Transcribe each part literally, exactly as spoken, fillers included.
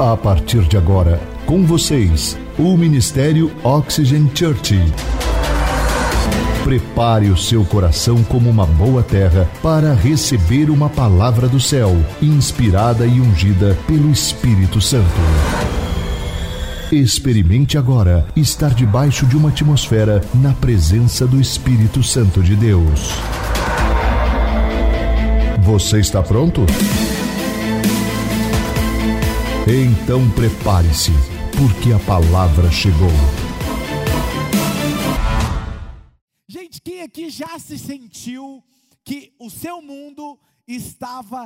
A partir de agora, com vocês, o Ministério Oxygen Church. Prepare o seu coração como uma boa terra para receber uma palavra do céu, inspirada e ungida pelo Espírito Santo. Experimente agora estar debaixo de uma atmosfera na presença do Espírito Santo de Deus. Você está pronto? Então prepare-se, porque a palavra chegou. Gente, quem aqui já se sentiu que o seu mundo estava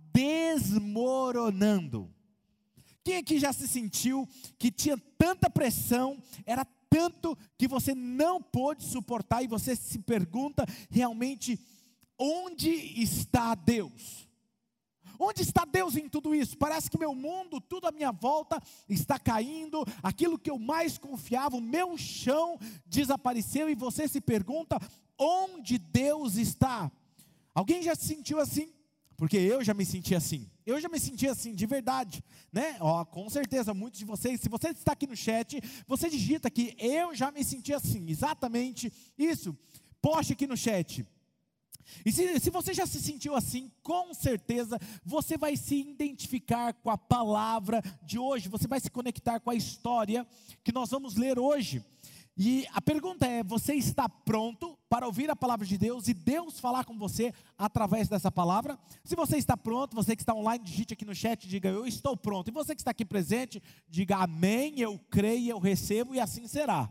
desmoronando? Quem aqui já se sentiu que tinha tanta pressão, era tanto que você não pôde suportar e você se pergunta realmente, onde está Deus? Onde está Deus em tudo isso? Parece que meu mundo, tudo à minha volta está caindo, aquilo que eu mais confiava, o meu chão desapareceu e você se pergunta, onde Deus está? Alguém já se sentiu assim? Porque eu já me senti assim, eu já me senti assim, de verdade, né? Ó, com certeza, muitos de vocês, se você está aqui no chat, você digita aqui, eu já me senti assim, exatamente isso, poste aqui no chat. E se, se você já se sentiu assim, com certeza, você vai se identificar com a palavra de hoje, você vai se conectar com a história que nós vamos ler hoje. E a pergunta é, você está pronto para ouvir a palavra de Deus e Deus falar com você através dessa palavra? Se você está pronto, você que está online, digite aqui no chat, diga eu estou pronto. E você que está aqui presente, diga amém, eu creio, eu recebo e assim será.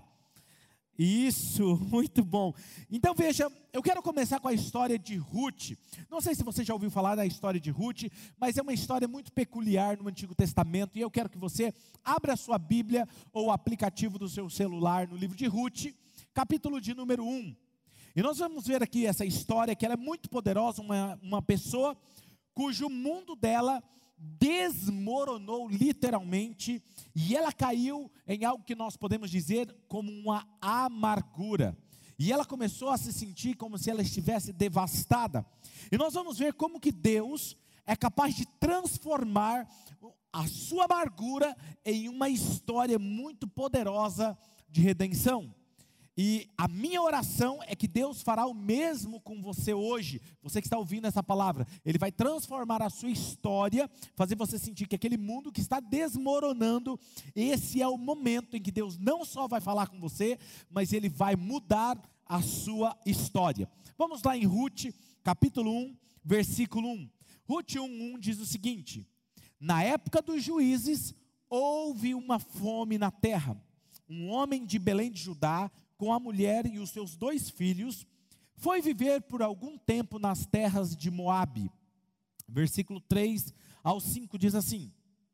Isso, muito bom. Então veja, eu quero começar com a história de Ruth. Não sei se você já ouviu falar da história de Ruth, mas é uma história muito peculiar no Antigo Testamento. E eu quero que você abra a sua Bíblia ou o aplicativo do seu celular no livro de Ruth, capítulo de número um. E nós vamos ver aqui essa história que ela é muito poderosa, uma, uma pessoa cujo mundo dela desmoronou literalmente, e ela caiu em algo que nós podemos dizer como uma amargura, e ela começou a se sentir como se ela estivesse devastada, e nós vamos ver como que Deus é capaz de transformar a sua amargura em uma história muito poderosa de redenção. E a minha oração é que Deus fará o mesmo com você hoje, você que está ouvindo essa palavra. Ele vai transformar a sua história, fazer você sentir que aquele mundo que está desmoronando, esse é o momento em que Deus não só vai falar com você, mas Ele vai mudar a sua história. Vamos lá em Ruth, capítulo um, versículo um. Ruth um, um diz o seguinte: na época dos juízes, houve uma fome na terra. Um homem de Belém de Judá, com a mulher e os seus dois filhos, foi viver por algum tempo nas terras de Moabe. Versículo três ao cinco diz assim: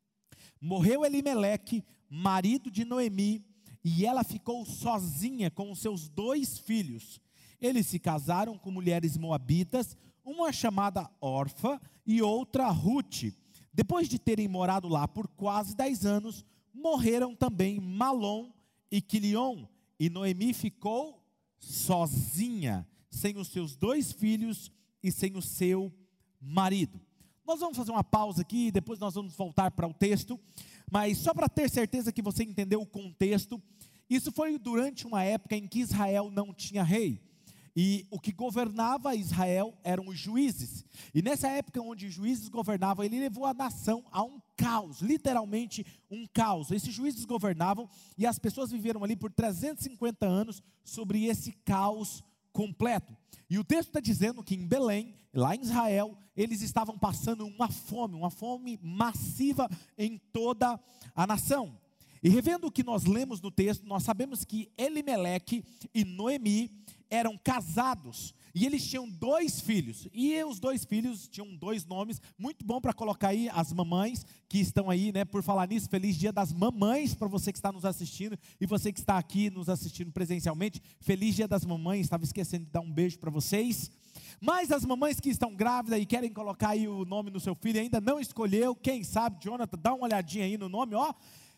morreu Elimeleque, marido de Noemi, e ela ficou sozinha com os seus dois filhos. Eles se casaram com mulheres moabitas, uma chamada Orfa e outra Ruth. Depois de terem morado lá por quase dez anos, morreram também Malom e Quilion. E Noemi ficou sozinha, sem os seus dois filhos e sem o seu marido. Nós vamos fazer uma pausa aqui e depois nós vamos voltar para o texto. Mas só para ter certeza que você entendeu o contexto, isso foi durante uma época em que Israel não tinha rei. E o que governava Israel eram os juízes. E nessa época onde os juízes governavam, ele levou a nação a um caos, literalmente um caos. Esses juízes governavam e as pessoas viveram ali por trezentos e cinquenta anos sobre esse caos completo. E o texto está dizendo que em Belém, lá em Israel, eles estavam passando uma fome, uma fome massiva em toda a nação. E revendo o que nós lemos no texto, nós sabemos que Elimeleque e Noemi eram casados, e eles tinham dois filhos, e os dois filhos tinham dois nomes, muito bom para colocar aí as mamães, que estão aí, né, por falar nisso, feliz dia das mamães, para você que está nos assistindo, e você que está aqui nos assistindo presencialmente, feliz dia das mamães, estava esquecendo de dar um beijo para vocês. Mas as mamães que estão grávidas e querem colocar aí o nome no seu filho, ainda não escolheu, quem sabe, Jonathan, dá uma olhadinha aí no nome, ó,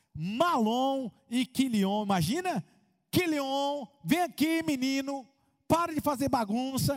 Malom e Quilion, imagina, Quilion, vem aqui menino, para de fazer bagunça.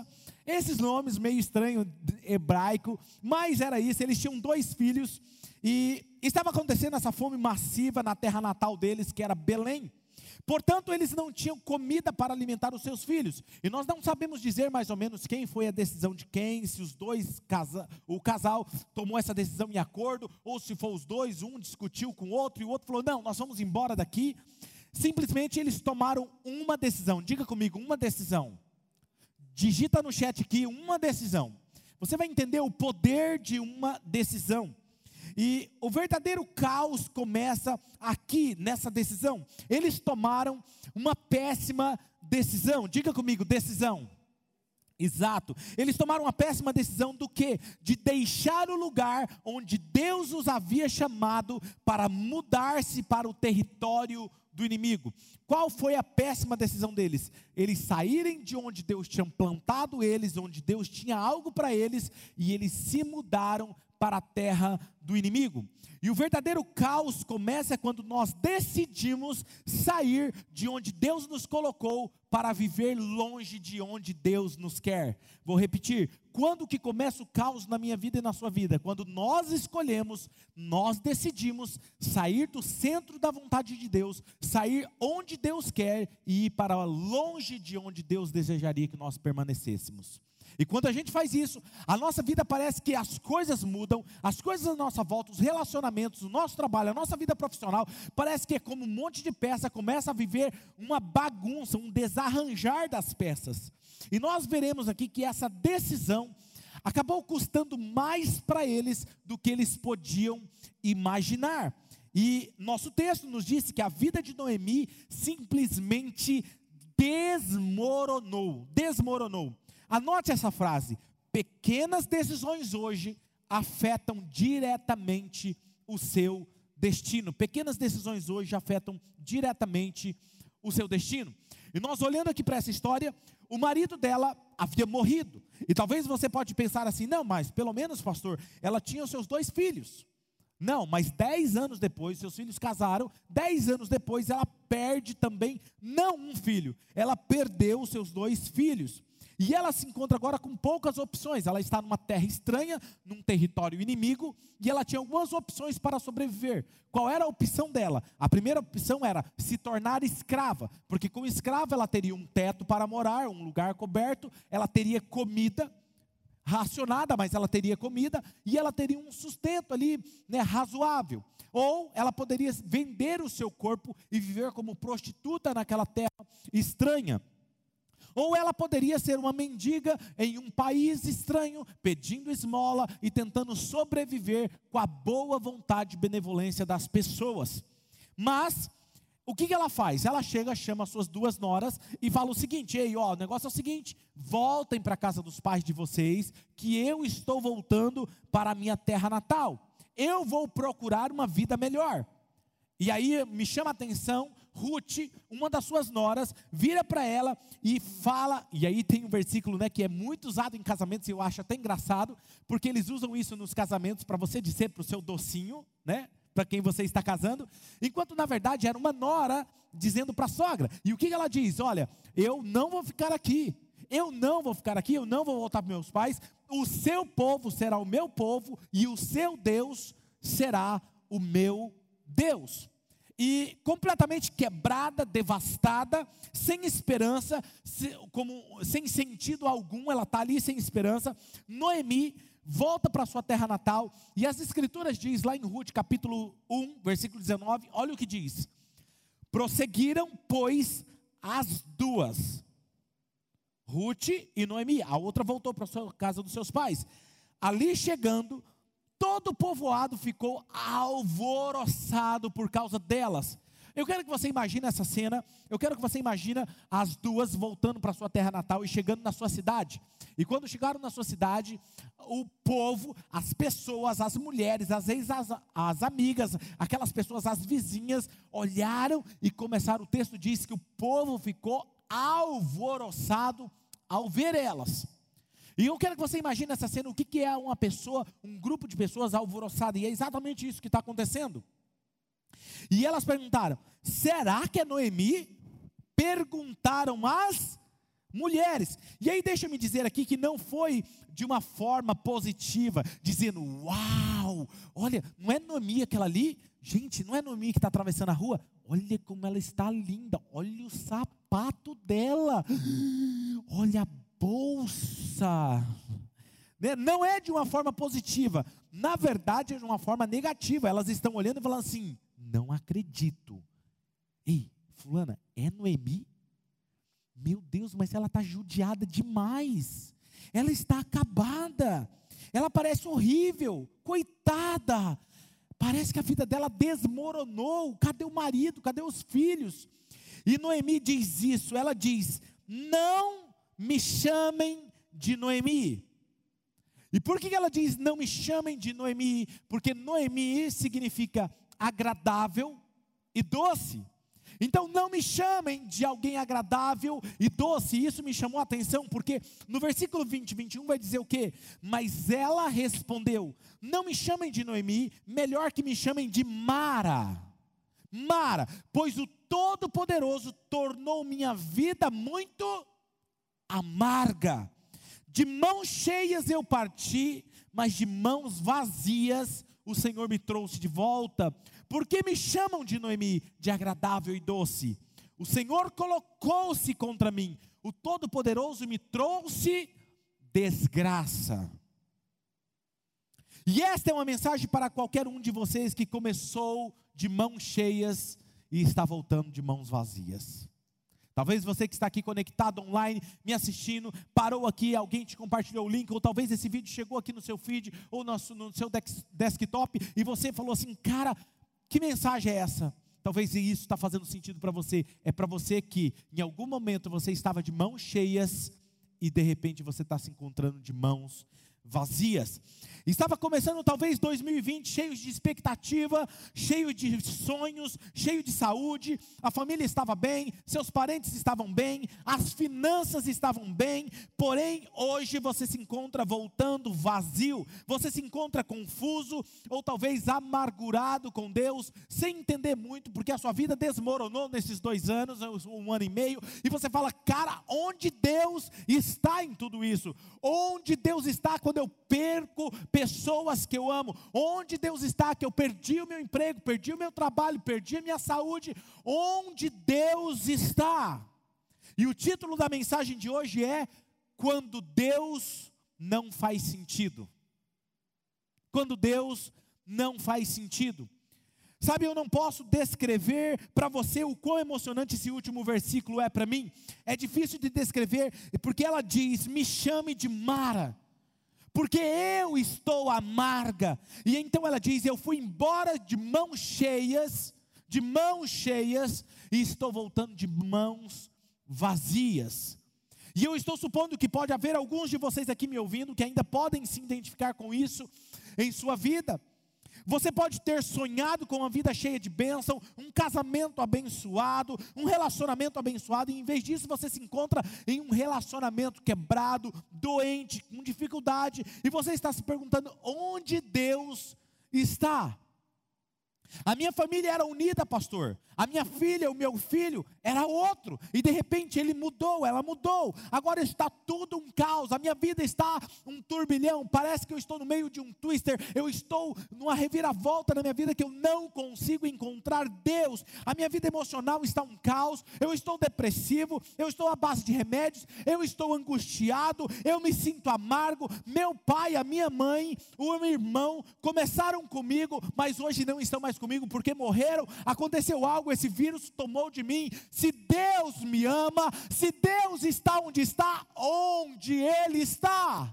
Esses nomes meio estranho, hebraico, mas era isso. Eles tinham dois filhos e estava acontecendo essa fome massiva na terra natal deles, que era Belém. Portanto, eles não tinham comida para alimentar os seus filhos. E nós não sabemos dizer mais ou menos quem foi a decisão de quem, se os dois, casa, o casal tomou essa decisão em acordo, ou se foi os dois, um discutiu com o outro, e o outro falou, não, nós vamos embora daqui. Simplesmente eles tomaram uma decisão. Diga comigo, uma decisão. Digita no chat aqui, uma decisão. Você vai entender o poder de uma decisão. E o verdadeiro caos começa aqui, nessa decisão. Eles tomaram uma péssima decisão. Diga comigo, decisão. Exato. Eles tomaram uma péssima decisão do quê? De deixar o lugar onde Deus os havia chamado para mudar-se para o território do inimigo. Qual foi a péssima decisão deles? Eles saírem de onde Deus tinha plantado eles, onde Deus tinha algo para eles, e eles se mudaram para a terra do inimigo. E o verdadeiro caos começa quando nós decidimos sair de onde Deus nos colocou para viver longe de onde Deus nos quer. Vou repetir, quando que começa o caos na minha vida e na sua vida? Quando nós escolhemos, nós decidimos sair do centro da vontade de Deus, sair onde Deus quer e ir para longe de onde Deus desejaria que nós permanecêssemos. E quando a gente faz isso, a nossa vida parece que as coisas mudam, as coisas à nossa volta, os relacionamentos, o nosso trabalho, a nossa vida profissional, parece que é como um monte de peça, começa a viver uma bagunça, um desarranjar das peças. E nós veremos aqui que essa decisão acabou custando mais para eles do que eles podiam imaginar. E nosso texto nos disse que a vida de Noemi simplesmente desmoronou, desmoronou. Anote essa frase: pequenas decisões hoje afetam diretamente o seu destino. Pequenas decisões hoje afetam diretamente o seu destino. E nós olhando aqui para essa história, o marido dela havia morrido. E talvez você pode pensar assim, não, mas pelo menos, pastor, ela tinha os seus dois filhos. Não, mas dez anos depois, seus filhos casaram, dez anos depois ela perde também, não um filho, ela perdeu os seus dois filhos. E ela se encontra agora com poucas opções. Ela está numa terra estranha, num território inimigo, e ela tinha algumas opções para sobreviver. Qual era a opção dela? A primeira opção era se tornar escrava, porque com escrava ela teria um teto para morar, um lugar coberto, ela teria comida racionada, mas ela teria comida, e ela teria um sustento ali, né, razoável. Ou ela poderia vender o seu corpo e viver como prostituta naquela terra estranha. Ou ela poderia ser uma mendiga em um país estranho, pedindo esmola e tentando sobreviver com a boa vontade e benevolência das pessoas. Mas, o que, que ela faz? Ela chega, chama as suas duas noras e fala o seguinte: ei, ó, o negócio é o seguinte, voltem para a casa dos pais de vocês, que eu estou voltando para a minha terra natal. Eu vou procurar uma vida melhor. E aí me chama a atenção, Ruth, uma das suas noras, vira para ela e fala, e aí tem um versículo, né, que é muito usado em casamentos, e eu acho até engraçado, porque eles usam isso nos casamentos para você dizer para o seu docinho, né, para quem você está casando, enquanto na verdade era uma nora dizendo para a sogra. E o que ela diz? Olha, eu não vou ficar aqui, eu não vou ficar aqui, eu não vou voltar para meus pais, o seu povo será o meu povo, e o seu Deus será o meu Deus. E completamente quebrada, devastada, sem esperança, como, sem sentido algum, ela está ali sem esperança, Noemi volta para sua terra natal, e as escrituras diz lá em Ruth capítulo um, versículo dezenove, olha o que diz: prosseguiram, pois, as duas, Ruth e Noemi, a outra voltou para a casa dos seus pais, ali chegando, todo o povoado ficou alvoroçado por causa delas. Eu quero que você imagine essa cena, eu quero que você imagine as duas voltando para sua terra natal e chegando na sua cidade. E quando chegaram na sua cidade, o povo, as pessoas, as mulheres, as ex, as, as amigas, aquelas pessoas, as vizinhas, olharam e começaram, o texto diz que o povo ficou alvoroçado ao ver elas. E eu quero que você imagine essa cena, o que, que é uma pessoa, um grupo de pessoas alvoroçada, e é exatamente isso que está acontecendo. E elas perguntaram: será que é Noemi? Perguntaram as mulheres. E aí deixa eu me dizer aqui que não foi de uma forma positiva, dizendo, uau, olha, não é Noemi aquela ali? Gente, não é Noemi que está atravessando a rua? Olha como ela está linda, olha o sapato dela, olha a bolsa. Não é de uma forma positiva, na verdade é de uma forma negativa. Elas estão olhando e falando assim, não acredito. Ei, fulana, é Noemi? Meu Deus, mas ela está judiada demais, ela está acabada, ela parece horrível, coitada, parece que a vida dela desmoronou, cadê o marido, cadê os filhos? E Noemi diz isso, ela diz, não me chamem de Noemi. E por que ela diz, não me chamem de Noemi? Porque Noemi significa agradável e doce. Então não me chamem de alguém agradável e doce. Isso me chamou a atenção, porque no versículo vinte, vinte e um vai dizer o quê? Mas ela respondeu, não me chamem de Noemi, melhor que me chamem de Mara. Mara, pois o Todo-Poderoso tornou minha vida muito amarga. De mãos cheias eu parti, mas de mãos vazias o Senhor me trouxe de volta. Por que me chamam de Noemi, de agradável e doce? O Senhor colocou-se contra mim, o Todo-Poderoso me trouxe desgraça. E esta é uma mensagem para qualquer um de vocês que começou de mãos cheias e está voltando de mãos vazias. Talvez você que está aqui conectado online, me assistindo, parou aqui, alguém te compartilhou o link, ou talvez esse vídeo chegou aqui no seu feed, ou no, no seu desktop, e você falou assim, cara, que mensagem é essa? Talvez isso está fazendo sentido para você. É para você que em algum momento você estava de mãos cheias, e de repente você está se encontrando de mãos vazias. Estava começando talvez dois mil e vinte cheio de expectativa, cheio de sonhos, cheio de saúde, a família estava bem, seus parentes estavam bem, as finanças estavam bem, porém hoje você se encontra voltando vazio, você se encontra confuso, ou talvez amargurado com Deus, sem entender muito, porque a sua vida desmoronou nesses dois anos, um ano e meio, e você fala, cara, onde Deus está em tudo isso? Onde Deus está quando eu perco pessoas que eu amo? Onde Deus está que eu perdi o meu emprego, perdi o meu trabalho, perdi a minha saúde? Onde Deus está? E o título da mensagem de hoje é, quando Deus não faz sentido. Quando Deus não faz sentido. Sabe, eu não posso descrever para você o quão emocionante esse último versículo é para mim. É difícil de descrever, porque ela diz, me chame de Mara, porque eu estou amarga. E então ela diz, eu fui embora de mãos cheias, de mãos cheias, e estou voltando de mãos vazias. E eu estou supondo que pode haver alguns de vocês aqui me ouvindo, que ainda podem se identificar com isso em sua vida. Você pode ter sonhado com uma vida cheia de bênção, um casamento abençoado, um relacionamento abençoado, e em vez disso você se encontra em um relacionamento quebrado, doente, com dificuldade, e você está se perguntando, onde Deus está? A minha família era unida, pastor. A minha filha, o meu filho, era outro. E de repente ele mudou, ela mudou. Agora está tudo um caos. A minha vida está um turbilhão. Parece que eu estou no meio de um twister. Eu estou numa reviravolta na minha vida que eu não consigo encontrar Deus. A minha vida emocional está um caos. Eu estou depressivo. Eu estou à base de remédios. Eu estou angustiado. Eu me sinto amargo. Meu pai, a minha mãe, o meu irmão começaram comigo, mas hoje não estão mais comigo porque morreram. Aconteceu algo, esse vírus tomou de mim. Se Deus me ama, se Deus está onde está, onde Ele está?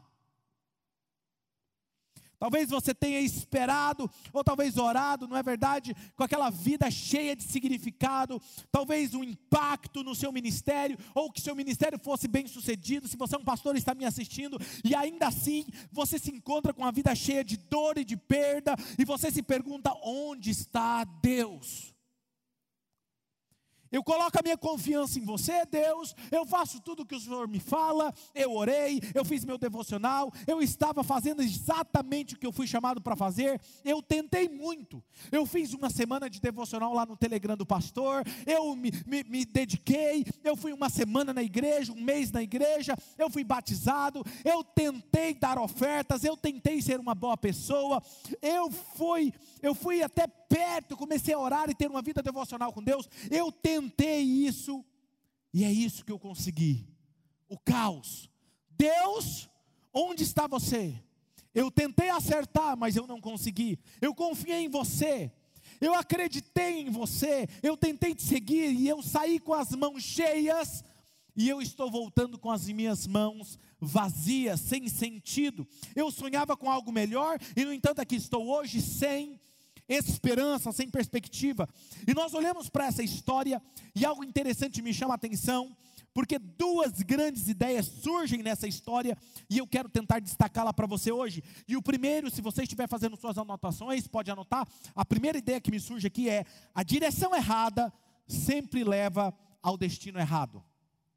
Talvez você tenha esperado, ou talvez orado, não é verdade? Com aquela vida cheia de significado, talvez um impacto no seu ministério, ou que seu ministério fosse bem sucedido. Se você é um pastor e está me assistindo, e ainda assim, você se encontra com a vida cheia de dor e de perda, e você se pergunta, onde está Deus? Eu coloco a minha confiança em você, Deus, eu faço tudo o que o Senhor me fala, eu orei, eu fiz meu devocional, eu estava fazendo exatamente o que eu fui chamado para fazer, eu tentei muito, eu fiz uma semana de devocional lá no Telegram do pastor, eu me, me, me dediquei, eu fui uma semana na igreja, um mês na igreja, eu fui batizado, eu tentei dar ofertas, eu tentei ser uma boa pessoa, eu fui, eu fui até perto, comecei a orar e ter uma vida devocional com Deus, eu tentei isso, e é isso que eu consegui, o caos. Deus, onde está você? Eu tentei acertar, mas eu não consegui, eu confiei em você, eu acreditei em você, eu tentei te seguir, e eu saí com as mãos cheias, e eu estou voltando com as minhas mãos vazias, sem sentido. Eu sonhava com algo melhor, e no entanto aqui estou hoje sem esperança, sem perspectiva. E nós olhamos para essa história, e algo interessante me chama a atenção, porque duas grandes ideias surgem nessa história, e eu quero tentar destacá-la para você hoje. E o primeiro, se você estiver fazendo suas anotações, pode anotar. A primeira ideia que me surge aqui é: a direção errada sempre leva ao destino errado.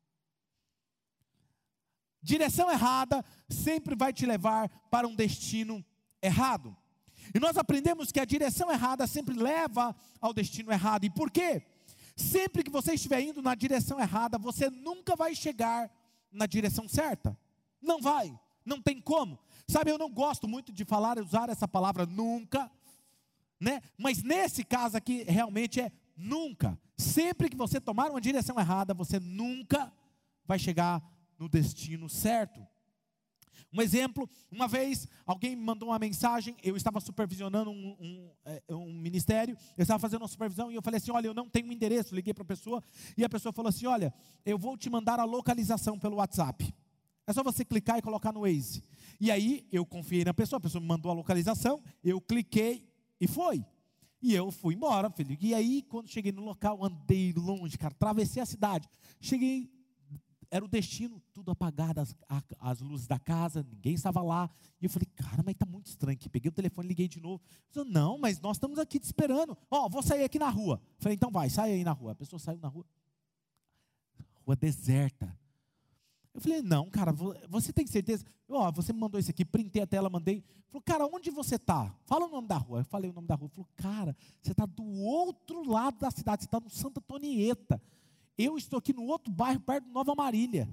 Direção errada sempre vai te levar para um destino errado. E nós aprendemos que a direção errada sempre leva ao destino errado. E por quê? Sempre que você estiver indo na direção errada, você nunca vai chegar na direção certa. Não vai, não tem como. Sabe, eu não gosto muito de falar, usar essa palavra nunca, né? Mas nesse caso aqui, realmente é nunca. Sempre que você tomar uma direção errada, você nunca vai chegar no destino certo. Um exemplo, uma vez alguém me mandou uma mensagem, eu estava supervisionando um, um, um ministério, eu estava fazendo uma supervisão e eu falei assim: olha, eu não tenho um endereço. Liguei para a pessoa e a pessoa falou assim: olha, eu vou te mandar a localização pelo WhatsApp, é só você clicar e colocar no Waze. E aí eu confiei na pessoa, a pessoa me mandou a localização, eu cliquei e foi. E eu fui embora, filho. E aí quando cheguei no local, andei longe, cara, atravessei a cidade, cheguei, era o destino, tudo apagado, as, as luzes da casa, ninguém estava lá. E eu falei: cara, mas está muito estranho aqui. Peguei o telefone, liguei de novo. Eu falei: não, mas nós estamos aqui te esperando. Ó, oh, vou sair aqui na rua. Eu falei: então vai, sai aí na rua. A pessoa saiu na rua, rua deserta. Eu falei: não, cara, você tem certeza? Ó, oh, você me mandou isso aqui, printei a tela, mandei. Falou: cara, onde você está? Fala o nome da rua. Eu falei o nome da rua. Falou: cara, você está do outro lado da cidade, você está no Santa Antonieta. Eu estou aqui no outro bairro, perto de Nova Marília.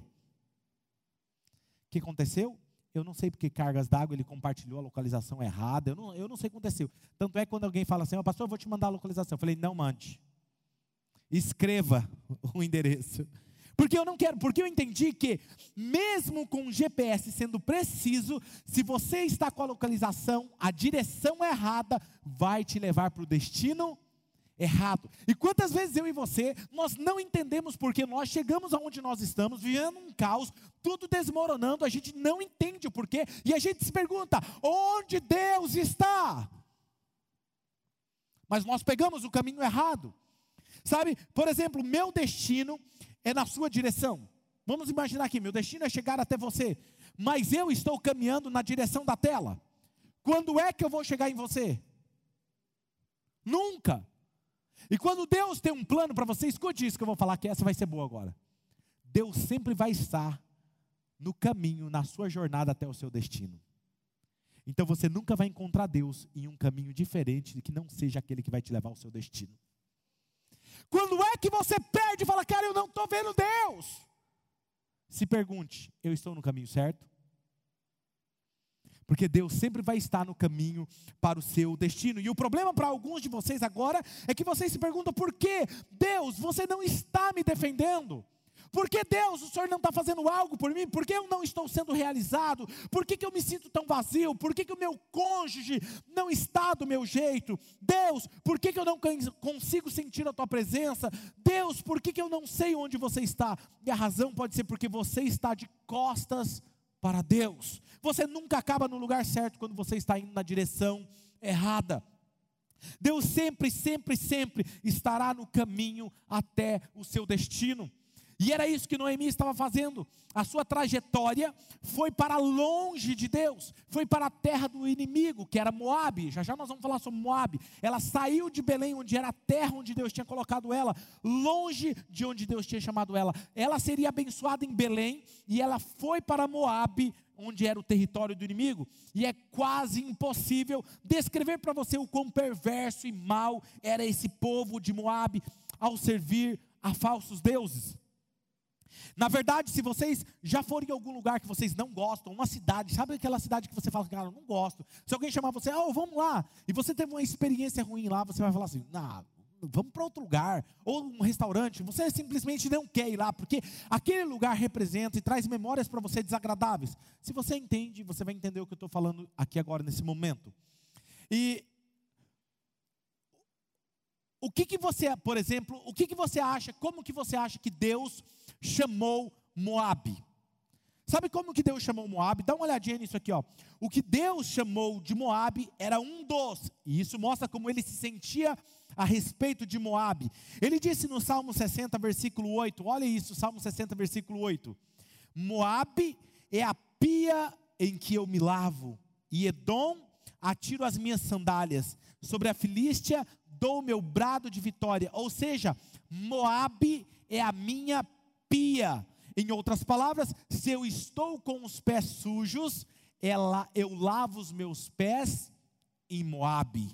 O que aconteceu? Eu não sei porque cargas d'água, ele compartilhou a localização errada. Eu não, eu não sei o que aconteceu. Tanto é que quando alguém fala assim: oh, pastor, eu vou te mandar a localização. Eu falei: não mande. Escreva o endereço. Porque eu não quero, porque eu entendi que, mesmo com o G P S sendo preciso, se você está com a localização, a direção errada vai te levar para o destino errado. E quantas vezes eu e você, nós não entendemos porque nós chegamos aonde nós estamos, vivendo um caos, tudo desmoronando, a gente não entende o porquê, e a gente se pergunta: onde Deus está? Mas nós pegamos o caminho errado. Sabe, por exemplo, meu destino é na sua direção. Vamos imaginar aqui, meu destino é chegar até você, mas eu estou caminhando na direção da tela. Quando é que eu vou chegar em você? Nunca. E quando Deus tem um plano para você, escute isso que eu vou falar, que essa vai ser boa agora. Deus sempre vai estar no caminho, na sua jornada até o seu destino. Então você nunca vai encontrar Deus em um caminho diferente, que não seja aquele que vai te levar ao seu destino. Quando é que você perde e fala: cara, eu não estou vendo Deus? Se pergunte: eu estou no caminho certo? Porque Deus sempre vai estar no caminho para o seu destino. E o problema para alguns de vocês agora é que vocês se perguntam: por que Deus, você não está me defendendo? Por que Deus, o Senhor não está fazendo algo por mim? Por que eu não estou sendo realizado? Por que, que eu me sinto tão vazio? Por que, que o meu cônjuge não está do meu jeito? Deus, por que, que eu não consigo sentir a tua presença? Deus, por que, que eu não sei onde você está? E a razão pode ser porque você está de costas para Deus. Você nunca acaba no lugar certo quando você está indo na direção errada. Deus sempre, sempre, sempre estará no caminho até o seu destino. E era isso que Noemi estava fazendo. A sua trajetória foi para longe de Deus, foi para a terra do inimigo, que era Moabe. Já já nós vamos falar sobre Moabe. Ela saiu de Belém, onde era a terra onde Deus tinha colocado ela, longe de onde Deus tinha chamado ela. Ela seria abençoada em Belém, e ela foi para Moabe, onde era o território do inimigo. E é quase impossível descrever para você o quão perverso e mau era esse povo de Moabe ao servir a falsos deuses. Na verdade, se vocês já forem em algum lugar que vocês não gostam, uma cidade, sabe aquela cidade que você fala, cara, eu não gosto. Se alguém chamar você, oh, vamos lá, e você teve uma experiência ruim lá, você vai falar assim, não, vamos para outro lugar, ou um restaurante, você simplesmente não quer ir lá, porque aquele lugar representa e traz memórias para você desagradáveis. Se você entende, você vai entender o que eu estou falando aqui agora, nesse momento. E o que que você, por exemplo, o que que você acha, como que você acha que Deus chamou Moabe? Sabe como que Deus chamou Moabe? Dá uma olhadinha nisso aqui, ó. O que Deus chamou de Moabe era um dos, e isso mostra como ele se sentia a respeito de Moabe. Ele disse no Salmo sessenta, versículo oito, olha isso, Salmo sessenta, versículo oito. Moabe é a pia em que eu me lavo, e Edom atiro as minhas sandálias, sobre a Filístia dou meu brado de vitória. Ou seja, Moabe é a minha pia. Em outras palavras, se eu estou com os pés sujos, ela, eu lavo os meus pés em Moabe.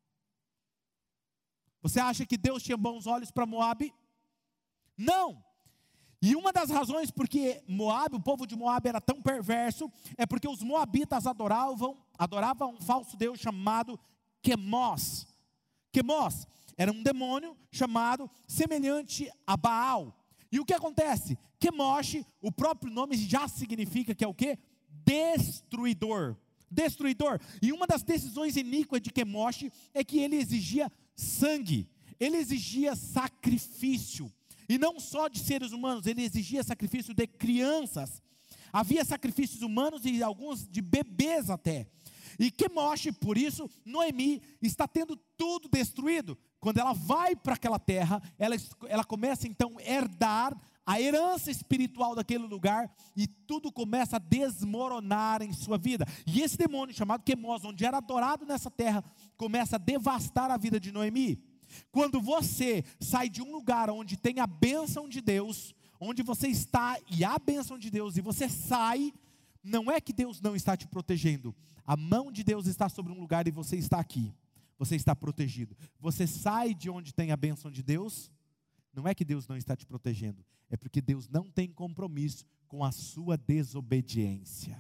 Você acha que Deus tinha bons olhos para Moabe? Não. E uma das razões porque Moabe, o povo de Moabe era tão perverso, é porque os moabitas adoravam, adoravam um falso deus chamado Quemós. Quemós era um demônio chamado semelhante a Baal. E o que acontece? Quemosh, o próprio nome já significa que é o quê? Destruidor. Destruidor. E uma das decisões iníquas de Quemosh é que ele exigia sangue. Ele exigia sacrifício. E não só de seres humanos, ele exigia sacrifício de crianças. Havia sacrifícios humanos e alguns de bebês até. E Quemosh, por isso, Noemi está tendo tudo destruído. Quando ela vai para aquela terra, ela, ela começa então a herdar a herança espiritual daquele lugar, e tudo começa a desmoronar em sua vida. E esse demônio chamado Quemós, onde era adorado nessa terra, começa a devastar a vida de Noemi. Quando você sai de um lugar onde tem a bênção de Deus, onde você está e há a bênção de Deus, e você sai, não é que Deus não está te protegendo, a mão de Deus está sobre um lugar e você está aqui, você está protegido. Você sai de onde tem a bênção de Deus, não é que Deus não está te protegendo, é porque Deus não tem compromisso com a sua desobediência.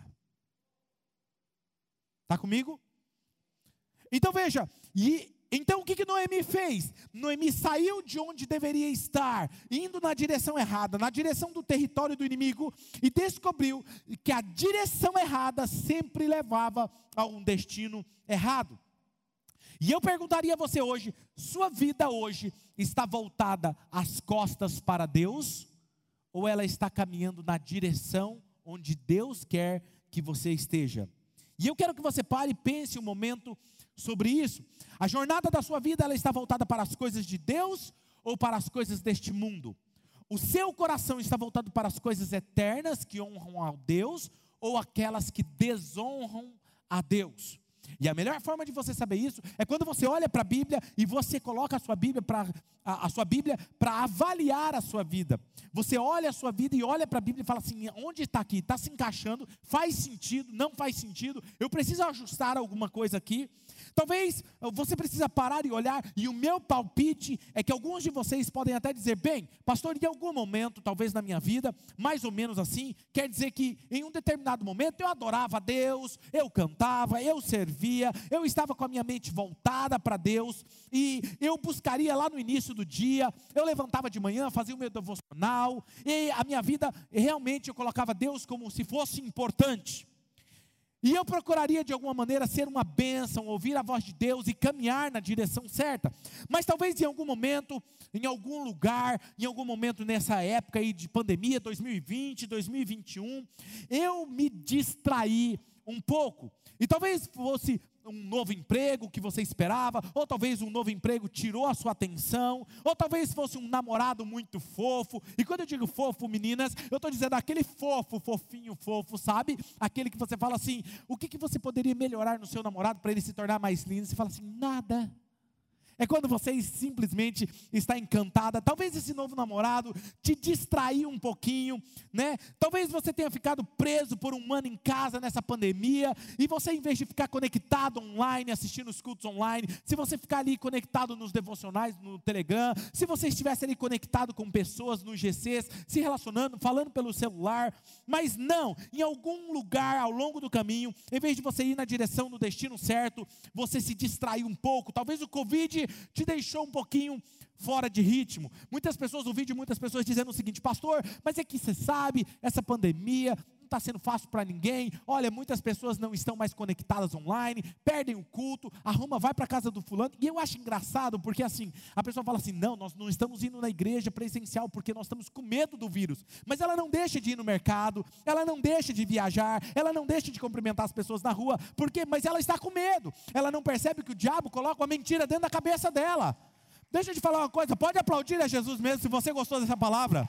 Está comigo? Então veja, e então o que que Noemi fez? Noemi saiu de onde deveria estar, indo na direção errada, na direção do território do inimigo, e descobriu que a direção errada sempre levava a um destino errado. E eu perguntaria a você hoje, sua vida hoje está voltada às costas para Deus, ou ela está caminhando na direção onde Deus quer que você esteja? E eu quero que você pare e pense um momento sobre isso. A jornada da sua vida, ela está voltada para as coisas de Deus ou para as coisas deste mundo? O seu coração está voltado para as coisas eternas que honram a Deus, ou aquelas que desonram a Deus? E a melhor forma de você saber isso é quando você olha para a Bíblia e você coloca a sua Bíblia para a, a sua Bíblia para avaliar a sua vida. Você olha a sua vida e olha para a Bíblia e fala assim: onde está aqui? Está se encaixando? Faz sentido? Não faz sentido? Eu preciso ajustar alguma coisa aqui? Talvez você precisa parar e olhar, e o meu palpite é que alguns de vocês podem até dizer: bem, pastor, em algum momento, talvez na minha vida, mais ou menos assim, quer dizer que em um determinado momento eu adorava a Deus, eu cantava, eu servia, eu estava com a minha mente voltada para Deus, e eu buscaria lá no início do dia, eu levantava de manhã, fazia o meu devocional, e a minha vida, realmente eu colocava Deus como se fosse importante. E eu procuraria de alguma maneira ser uma bênção, ouvir a voz de Deus e caminhar na direção certa. Mas talvez em algum momento, em algum lugar, em algum momento nessa época aí de pandemia, dois mil e vinte, dois mil e vinte e um, eu me distraí um pouco. E talvez fosse um novo emprego que você esperava, ou talvez um novo emprego tirou a sua atenção, ou talvez fosse um namorado muito fofo. E quando eu digo fofo, meninas, eu estou dizendo aquele fofo, fofinho, fofo, sabe? Aquele que você fala assim, o que, que você poderia melhorar no seu namorado para ele se tornar mais lindo? Você fala assim, nada. É quando você simplesmente está encantada. Talvez esse novo namorado te distraiu um pouquinho, né? Talvez você tenha ficado preso por um ano em casa nessa pandemia, e você, em vez de ficar conectado online, assistindo os cultos online, se você ficar ali conectado nos devocionais, no Telegram, se você estivesse ali conectado com pessoas no G Cs, se relacionando, falando pelo celular, mas não, em algum lugar ao longo do caminho, em vez de você ir na direção do destino certo, você se distraiu um pouco. Talvez o Covid te deixou um pouquinho fora de ritmo. Muitas pessoas, o vídeo, muitas pessoas dizendo o seguinte, pastor, mas é que você sabe, essa pandemia não está sendo fácil para ninguém. Olha, muitas pessoas não estão mais conectadas online, perdem o culto, arruma, vai para a casa do fulano. E eu acho engraçado, porque assim, a pessoa fala assim, não, nós não estamos indo na igreja presencial, porque nós estamos com medo do vírus. Mas ela não deixa de ir no mercado, ela não deixa de viajar, ela não deixa de cumprimentar as pessoas na rua. Por quê? Mas ela está com medo. Ela não percebe que o diabo coloca uma mentira dentro da cabeça dela. Deixa eu te falar uma coisa, pode aplaudir a Jesus mesmo, se você gostou dessa palavra.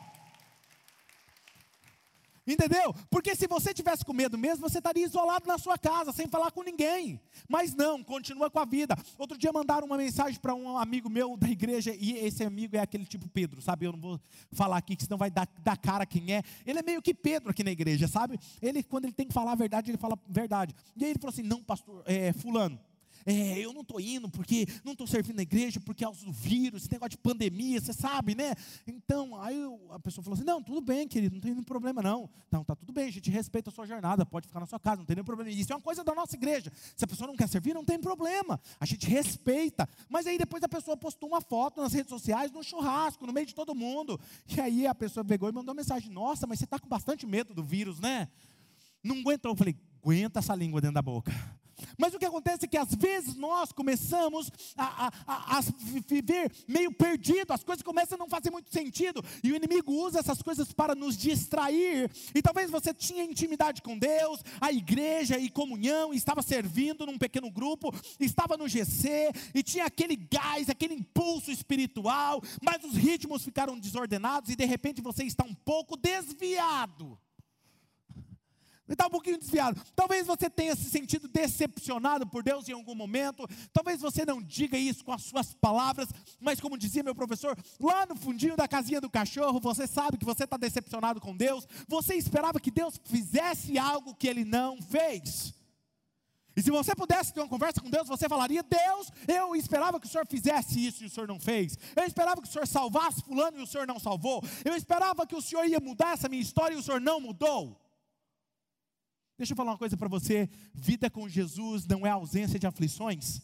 Entendeu? Porque se você tivesse com medo mesmo, você estaria isolado na sua casa, sem falar com ninguém. Mas não, continua com a vida. Outro dia mandaram uma mensagem para um amigo meu da igreja, e esse amigo é aquele tipo Pedro, sabe? Eu não vou falar aqui, que senão vai dar, dar cara quem é. Ele é meio que Pedro aqui na igreja, sabe? Ele, quando ele tem que falar a verdade, ele fala a verdade. E aí ele falou assim, não, pastor, é, fulano, É, eu não estou indo porque não estou servindo na igreja, porque é o vírus, esse negócio de pandemia, você sabe, né? Então, aí eu, a pessoa falou assim, não, tudo bem, querido, não tem nenhum problema não. Não, tá tudo bem, a gente respeita a sua jornada, pode ficar na sua casa, não tem nenhum problema. Isso é uma coisa da nossa igreja. Se a pessoa não quer servir, não tem problema. A gente respeita. Mas aí depois a pessoa postou uma foto nas redes sociais, num churrasco, no meio de todo mundo. E aí a pessoa pegou e mandou uma mensagem, nossa, mas você está com bastante medo do vírus, né? Não aguentou. Eu falei, aguenta essa língua dentro da boca. Mas o que acontece é que às vezes nós começamos a, a, a, a viver meio perdido, as coisas começam a não fazer muito sentido, e o inimigo usa essas coisas para nos distrair. E talvez você tinha intimidade com Deus, a igreja e comunhão, e estava servindo num pequeno grupo, estava no G C, e tinha aquele gás, aquele impulso espiritual, mas os ritmos ficaram desordenados, e de repente você está um pouco desviado. Está um pouquinho desviado. Talvez você tenha se sentido decepcionado por Deus em algum momento. Talvez você não diga isso com as suas palavras, mas como dizia meu professor, lá no fundinho da casinha do cachorro, você sabe que você está decepcionado com Deus. Você esperava que Deus fizesse algo que Ele não fez. E se você pudesse ter uma conversa com Deus, você falaria, Deus, eu esperava que o Senhor fizesse isso e o Senhor não fez. Eu esperava que o Senhor salvasse fulano e o Senhor não salvou. Eu esperava que o Senhor ia mudar essa minha história e o Senhor não mudou. Deixa eu falar uma coisa para você, vida com Jesus não é ausência de aflições.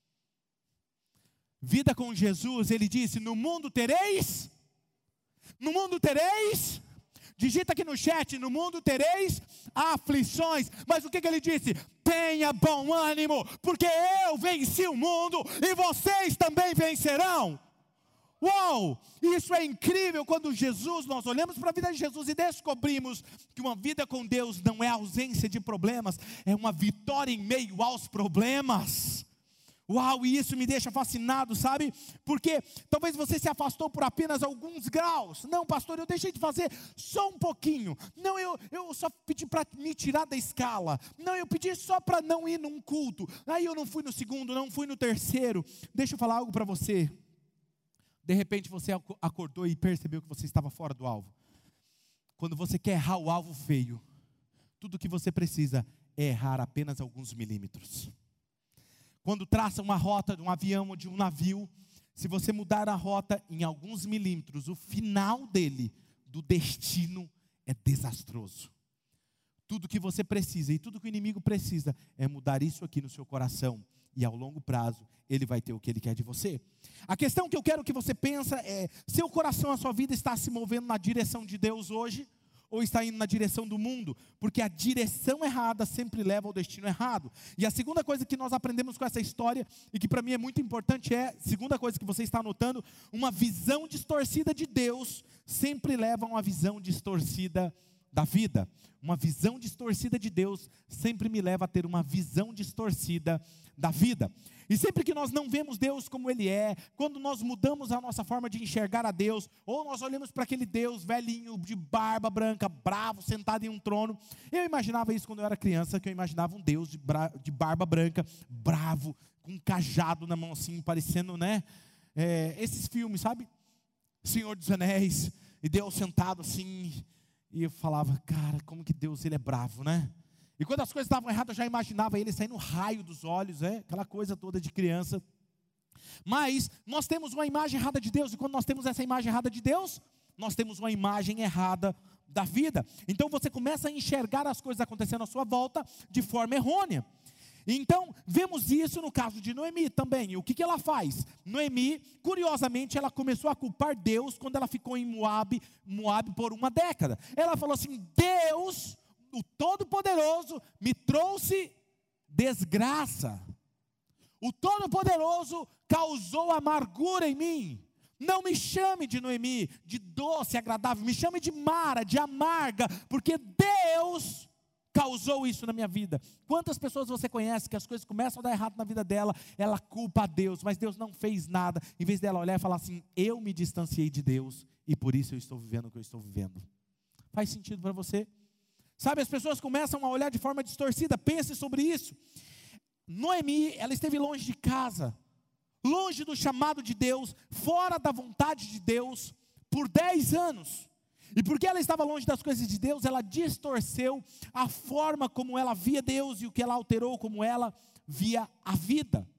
Vida com Jesus, Ele disse, no mundo tereis, no mundo tereis, digita aqui no chat, no mundo tereis aflições, mas o que, que Ele disse? Tenha bom ânimo, porque eu venci o mundo e vocês também vencerão. Uau, isso é incrível. Quando Jesus, nós olhamos para a vida de Jesus e descobrimos que uma vida com Deus não é ausência de problemas, é uma vitória em meio aos problemas. Uau, e isso me deixa fascinado, sabe? Porque talvez você se afastou por apenas alguns graus. Não, pastor, eu deixei de fazer só um pouquinho. Não, eu, eu só pedi para me tirar da escala. Não, eu pedi só para não ir num culto. Aí eu não fui no segundo, não fui no terceiro. Deixa eu falar algo para você. De repente você acordou e percebeu que você estava fora do alvo. Quando você quer errar o alvo feio, tudo que você precisa é errar apenas alguns milímetros. Quando traça uma rota de um avião ou de um navio, se você mudar a rota em alguns milímetros, o final dele, do destino, é desastroso. Tudo que você precisa e tudo que o inimigo precisa é mudar isso aqui no seu coração. E ao longo prazo, ele vai ter o que ele quer de você. A questão que eu quero que você pense é, seu coração, a sua vida está se movendo na direção de Deus hoje? Ou está indo na direção do mundo? Porque a direção errada sempre leva ao destino errado. E a segunda coisa que nós aprendemos com essa história, e que para mim é muito importante, é, segunda coisa que você está anotando, uma visão distorcida de Deus sempre leva a uma visão distorcida da vida. Uma visão distorcida de Deus sempre me leva a ter uma visão distorcida da vida. E sempre que nós não vemos Deus como Ele é, quando nós mudamos a nossa forma de enxergar a Deus, ou nós olhamos para aquele Deus velhinho, de barba branca, bravo, sentado em um trono. Eu imaginava isso quando eu era criança, que eu imaginava um Deus de, bra- de barba branca, bravo, com um cajado na mão assim, parecendo, né, é, esses filmes, sabe? Senhor dos Anéis, e Deus sentado assim, e eu falava, cara, como que Deus, Ele é bravo, né? E quando as coisas estavam erradas, eu já imaginava Ele saindo raio dos olhos, é, aquela coisa toda de criança. Mas nós temos uma imagem errada de Deus, e quando nós temos essa imagem errada de Deus, nós temos uma imagem errada da vida. Então você começa a enxergar as coisas acontecendo à sua volta de forma errônea. Então, vemos isso no caso de Noemi também. E o que, que ela faz? Noemi, curiosamente, ela começou a culpar Deus quando ela ficou em Moabe, Moabe por uma década. Ela falou assim, Deus, o Todo-Poderoso, me trouxe desgraça. O Todo-Poderoso causou amargura em mim. Não me chame de Noemi, de doce, agradável. Me chame de Mara, de amarga, porque Deus causou isso na minha vida. Quantas pessoas você conhece que as coisas começam a dar errado na vida dela, ela culpa a Deus, mas Deus não fez nada, em vez dela olhar e falar assim, eu me distanciei de Deus, e por isso eu estou vivendo o que eu estou vivendo. Faz sentido para você? Sabe, as pessoas começam a olhar de forma distorcida, pense sobre isso. Noemi, ela esteve longe de casa, longe do chamado de Deus, fora da vontade de Deus, por dez anos. E porque ela estava longe das coisas de Deus, ela distorceu a forma como ela via Deus e o que ela alterou como ela via a vida.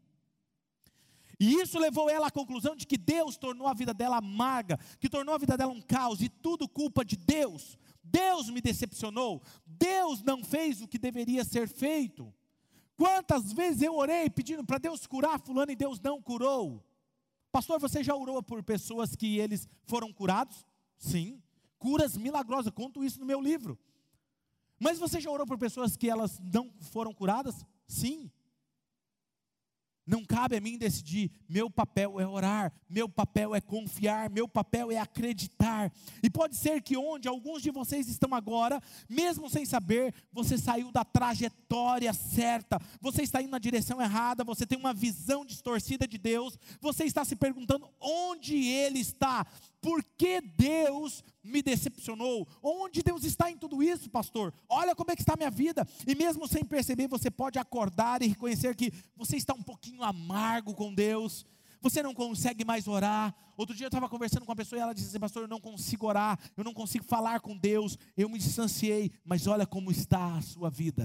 E isso levou ela à conclusão de que Deus tornou a vida dela amarga, que tornou a vida dela um caos, e tudo culpa de Deus. Deus me decepcionou, Deus não fez o que deveria ser feito. Quantas vezes eu orei pedindo para Deus curar fulano e Deus não curou? Pastor, você já orou por pessoas que eles foram curados? Sim. Curas milagrosas, conto isso no meu livro. Mas você já orou por pessoas que elas não foram curadas? Sim. Não cabe a mim decidir, meu papel é orar, meu papel é confiar, meu papel é acreditar. E pode ser que onde alguns de vocês estão agora, mesmo sem saber, você saiu da trajetória certa, você está indo na direção errada, você tem uma visão distorcida de Deus, você está se perguntando onde Ele está, por que Deus me decepcionou? Onde Deus está em tudo isso, pastor? Olha como é que está a minha vida. E mesmo sem perceber, você pode acordar e reconhecer que você está um pouquinho amargo com Deus, você não consegue mais orar. Outro dia eu estava conversando com uma pessoa e ela disse assim, pastor, eu não consigo orar, eu não consigo falar com Deus, eu me distanciei, mas olha como está a sua vida.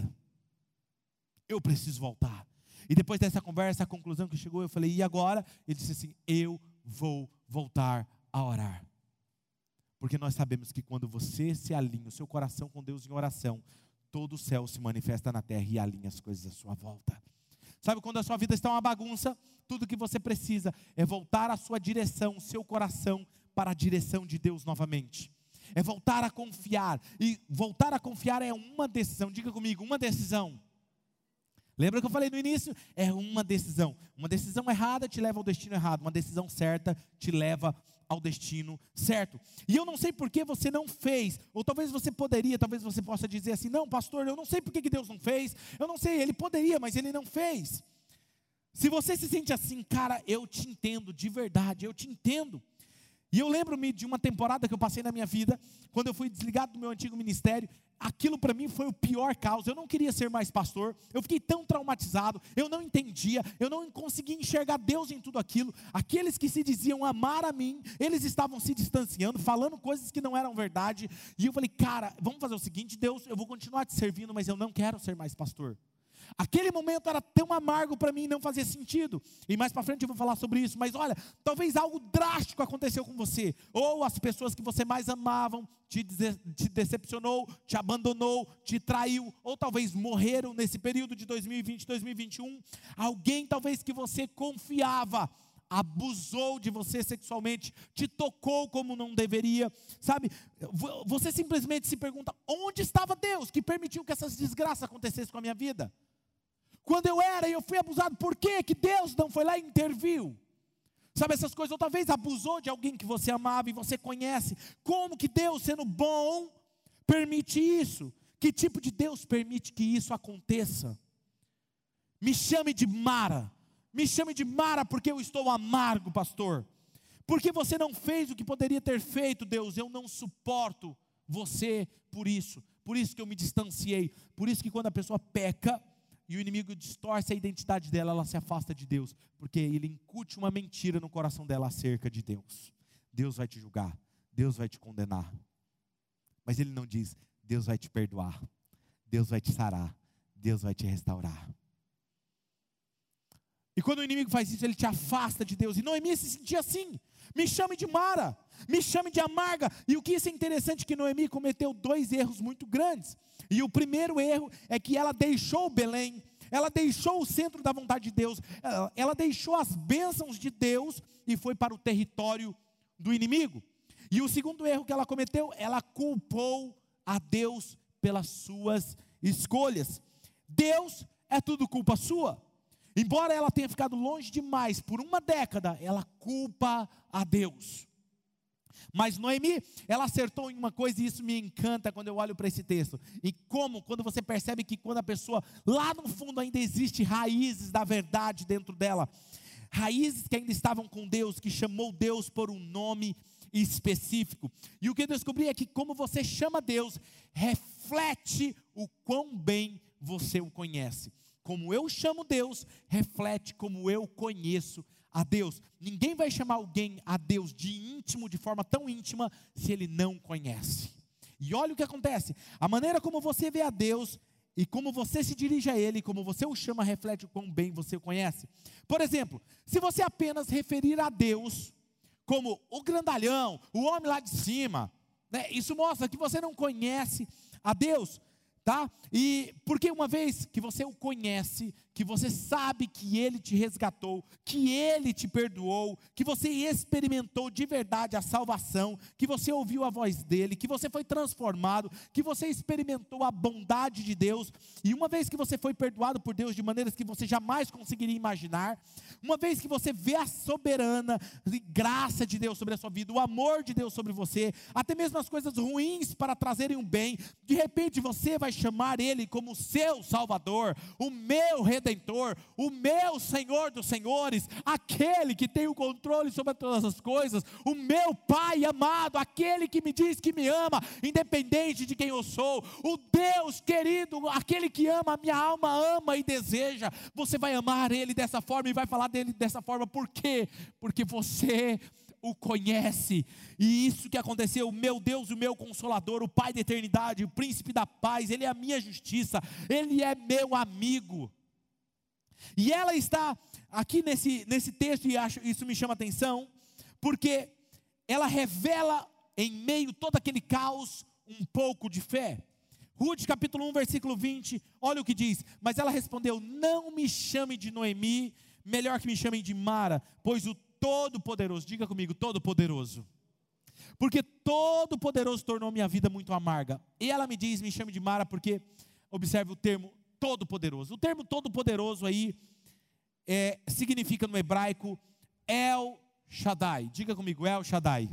Eu preciso voltar. E depois dessa conversa, a conclusão que chegou, eu falei, e agora? Ele disse assim, eu vou voltar a orar. Porque nós sabemos que quando você se alinha o seu coração com Deus em oração, todo o céu se manifesta na terra e alinha as coisas à sua volta. Sabe, quando a sua vida está uma bagunça, tudo que você precisa é voltar a sua direção, o seu coração para a direção de Deus novamente. É voltar a confiar. E voltar a confiar é uma decisão. Diga comigo, uma decisão. Lembra que eu falei no início? É uma decisão. Uma decisão errada te leva ao destino errado. Uma decisão certa te leva ao destino certo. E eu não sei por que você não fez. Ou talvez você poderia, talvez você possa dizer assim, não pastor, eu não sei por que Deus não fez. Eu não sei, Ele poderia, mas Ele não fez. Se você se sente assim, cara, eu te entendo, de verdade, eu te entendo. E eu lembro-me de uma temporada que eu passei na minha vida, quando eu fui desligado do meu antigo ministério, aquilo para mim foi o pior caos, eu não queria ser mais pastor, eu fiquei tão traumatizado, eu não entendia, eu não conseguia enxergar Deus em tudo aquilo, aqueles que se diziam amar a mim, eles estavam se distanciando, falando coisas que não eram verdade, e eu falei, cara, vamos fazer o seguinte, Deus, eu vou continuar te servindo, mas eu não quero ser mais pastor. Aquele momento era tão amargo para mim, não fazia sentido. E mais para frente eu vou falar sobre isso. Mas olha, talvez algo drástico aconteceu com você. Ou as pessoas que você mais amavam te, te decepcionou, te abandonou, te traiu. Ou talvez morreram nesse período de dois mil e vinte, dois mil e vinte e um. Alguém talvez que você confiava abusou de você sexualmente, te tocou como não deveria, sabe? Você simplesmente se pergunta, onde estava Deus que permitiu que essas desgraças acontecessem com a minha vida? Quando eu era e eu fui abusado, por que que Deus não foi lá e interviu? Sabe essas coisas, ou talvez abusou de alguém que você amava e você conhece, como que Deus sendo bom, permite isso? Que tipo de Deus permite que isso aconteça? Me chame de Mara, me chame de Mara porque eu estou amargo, pastor. Porque você não fez o que poderia ter feito, Deus, eu não suporto você por isso. Por isso que eu me distanciei. Por isso que quando a pessoa peca e o inimigo distorce a identidade dela, ela se afasta de Deus. Porque ele incute uma mentira no coração dela acerca de Deus. Deus vai te julgar, Deus vai te condenar. Mas ele não diz, Deus vai te perdoar, Deus vai te sarar, Deus vai te restaurar. E quando o inimigo faz isso, ele te afasta de Deus. E Noemi se sentia assim. Me chame de Mara, me chame de amarga. E o que isso é interessante, que Noemi cometeu dois erros muito grandes. E o primeiro erro é que ela deixou Belém, ela deixou o centro da vontade de Deus, ela, ela deixou as bênçãos de Deus e foi para o território do inimigo. E o segundo erro que ela cometeu, ela culpou a Deus pelas suas escolhas. Deus é tudo culpa sua. Embora ela tenha ficado longe demais por uma década, ela culpa a Deus. Mas Noemi, ela acertou em uma coisa, e isso me encanta quando eu olho para esse texto. E como, quando você percebe que quando a pessoa, lá no fundo ainda existe raízes da verdade dentro dela. Raízes que ainda estavam com Deus, que chamou Deus por um nome específico. E o que eu descobri é que como você chama Deus, reflete o quão bem você o conhece. Como eu chamo Deus, reflete como eu conheço a Deus. Ninguém vai chamar alguém a Deus de íntimo, de forma tão íntima, se ele não conhece. E olha o que acontece, a maneira como você vê a Deus, e como você se dirige a Ele, como você o chama, reflete o quão bem você o conhece. Por exemplo, se você apenas referir a Deus, como o grandalhão, o homem lá de cima, né, isso mostra que você não conhece a Deus. Tá? E porque uma vez que você o conhece, que você sabe que Ele te resgatou, que Ele te perdoou, que você experimentou de verdade a salvação, que você ouviu a voz dEle, que você foi transformado, que você experimentou a bondade de Deus, e uma vez que você foi perdoado por Deus de maneiras que você jamais conseguiria imaginar, uma vez que você vê a soberana graça de Deus sobre a sua vida, o amor de Deus sobre você, até mesmo as coisas ruins para trazerem um bem, de repente você vai chamar Ele como o seu Salvador, o meu Redentor, o meu Senhor dos Senhores, aquele que tem o controle sobre todas as coisas, o meu Pai amado, aquele que me diz que me ama, independente de quem eu sou, o Deus querido, aquele que ama, a minha alma ama e deseja. Você vai amar Ele dessa forma e vai falar dele dessa forma, por quê? Porque você o conhece, e isso que aconteceu, meu Deus, o meu Consolador, o Pai da eternidade, o Príncipe da paz, Ele é a minha justiça, Ele é meu amigo. E ela está aqui nesse, nesse texto, e acho, isso me chama a atenção, porque ela revela em meio a todo aquele caos, um pouco de fé. Ruth capítulo um, versículo vinte, olha o que diz, mas ela respondeu, não me chame de Noemi, melhor que me chamem de Mara, pois o Todo-Poderoso, diga comigo, Todo-Poderoso, porque Todo-Poderoso tornou minha vida muito amarga. E ela me diz, me chame de Mara, porque, observe o termo Todo-Poderoso, o termo Todo-Poderoso aí, é, significa no hebraico, El Shaddai, diga comigo, El Shaddai,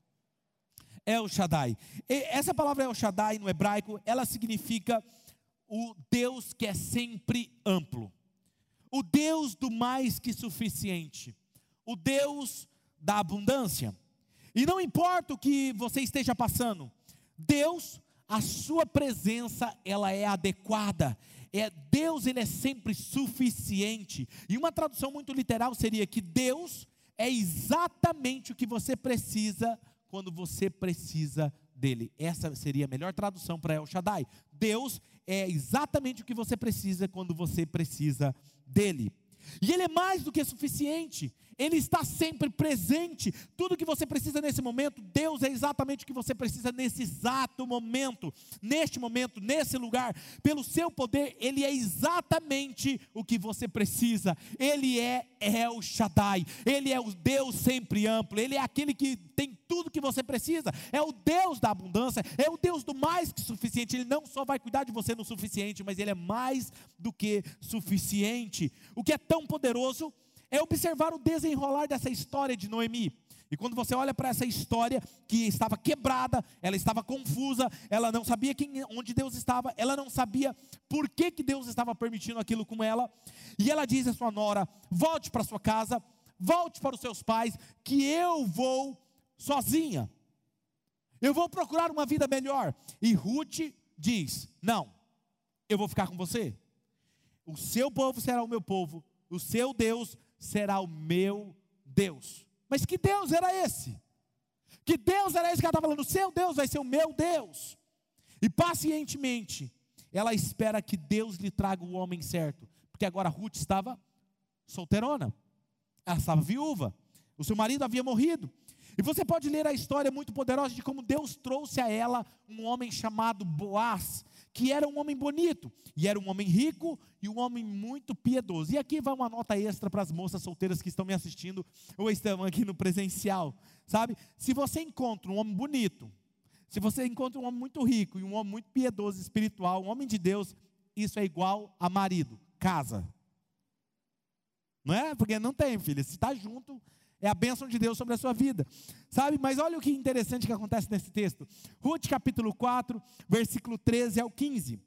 El Shaddai, e essa palavra El Shaddai no hebraico, ela significa o Deus que é sempre amplo, o Deus do mais que suficiente, o Deus da abundância. E não importa o que você esteja passando, Deus, a sua presença, ela é adequada. É, Deus, Ele é sempre suficiente. E uma tradução muito literal seria que Deus é exatamente o que você precisa quando você precisa dele. Essa seria a melhor tradução para El Shaddai. Deus é exatamente o que você precisa quando você precisa dele. E Ele é mais do que suficiente, Ele está sempre presente, tudo que você precisa nesse momento, Deus é exatamente o que você precisa nesse exato momento, neste momento, nesse lugar, pelo seu poder, Ele é exatamente o que você precisa, Ele é El Shaddai, Ele é o Deus sempre amplo, Ele é aquele que tem tudo que você precisa, é o Deus da abundância, é o Deus do mais que suficiente. Ele não só vai cuidar de você no suficiente, mas Ele é mais do que suficiente. O que é tão poderoso é observar o desenrolar dessa história de Noemi. E quando você olha para essa história que estava quebrada, ela estava confusa, ela não sabia quem, onde Deus estava, ela não sabia por que, que Deus estava permitindo aquilo com ela. E ela diz à sua nora: volte para sua casa, volte para os seus pais, que eu vou sozinha. Eu vou procurar uma vida melhor. E Ruth diz: não, eu vou ficar com você. O seu povo será o meu povo, o seu Deus será o meu Deus. Mas que Deus era esse? Que Deus era esse que ela estava falando? O seu Deus vai ser o meu Deus. E pacientemente, ela espera que Deus lhe traga o homem certo. Porque agora Ruth estava solteirona. Ela estava viúva. O seu marido havia morrido. E você pode ler a história muito poderosa de como Deus trouxe a ela um homem chamado Boaz, que era um homem bonito, e era um homem rico, e um homem muito piedoso. E aqui vai uma nota extra para as moças solteiras que estão me assistindo, ou estão aqui no presencial, sabe? Se você encontra um homem bonito, se você encontra um homem muito rico, e um homem muito piedoso, espiritual, um homem de Deus, isso é igual a marido, casa. Não é? Porque não tem, filha, se está junto, é a bênção de Deus sobre a sua vida, sabe? Mas olha o que interessante que acontece nesse texto. Ruth capítulo quatro, versículo treze ao quinze.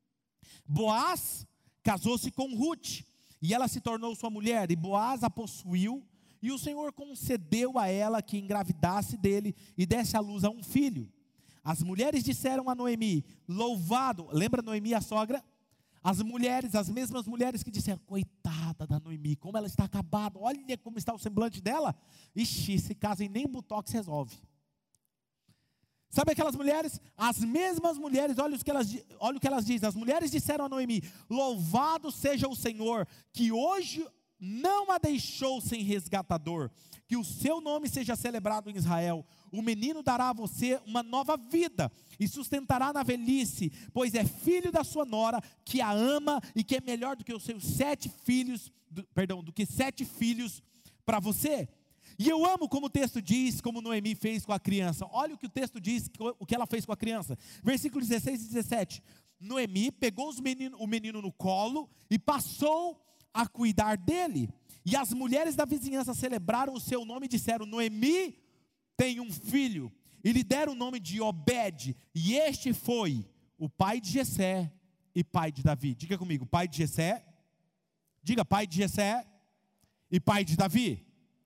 Boaz casou-se com Ruth, e ela se tornou sua mulher, e Boaz a possuiu, e o Senhor concedeu a ela que engravidasse dele, e desse à luz a um filho. As mulheres disseram a Noemi: louvado, lembra Noemi, a sogra? As mulheres, as mesmas mulheres que disseram: coitada da Noemi, como ela está acabada, olha como está o semblante dela. Ixi, se casa e nem botox resolve. Sabe aquelas mulheres? As mesmas mulheres, olha o que elas, olha o que elas dizem. As mulheres disseram a Noemi: louvado seja o Senhor, que hoje não a deixou sem resgatador, que o seu nome seja celebrado em Israel. O menino dará a você uma nova vida, e sustentará na velhice, pois é filho da sua nora, que a ama, e que é melhor do que os seus sete filhos, do, perdão, do que sete filhos para você. E eu amo como o texto diz, como Noemi fez com a criança. Olha o que o texto diz, o que ela fez com a criança. Versículos dezesseis e dezessete. Noemi pegou os menino, o menino no colo, e passou a cuidar dele. E as mulheres da vizinhança celebraram o seu nome e disseram: Noemi tem um filho. E lhe deram o nome de Obed. E este foi o pai de Jessé e pai de Davi. Diga comigo: pai de Jessé. Diga: pai de Jessé e pai de Davi.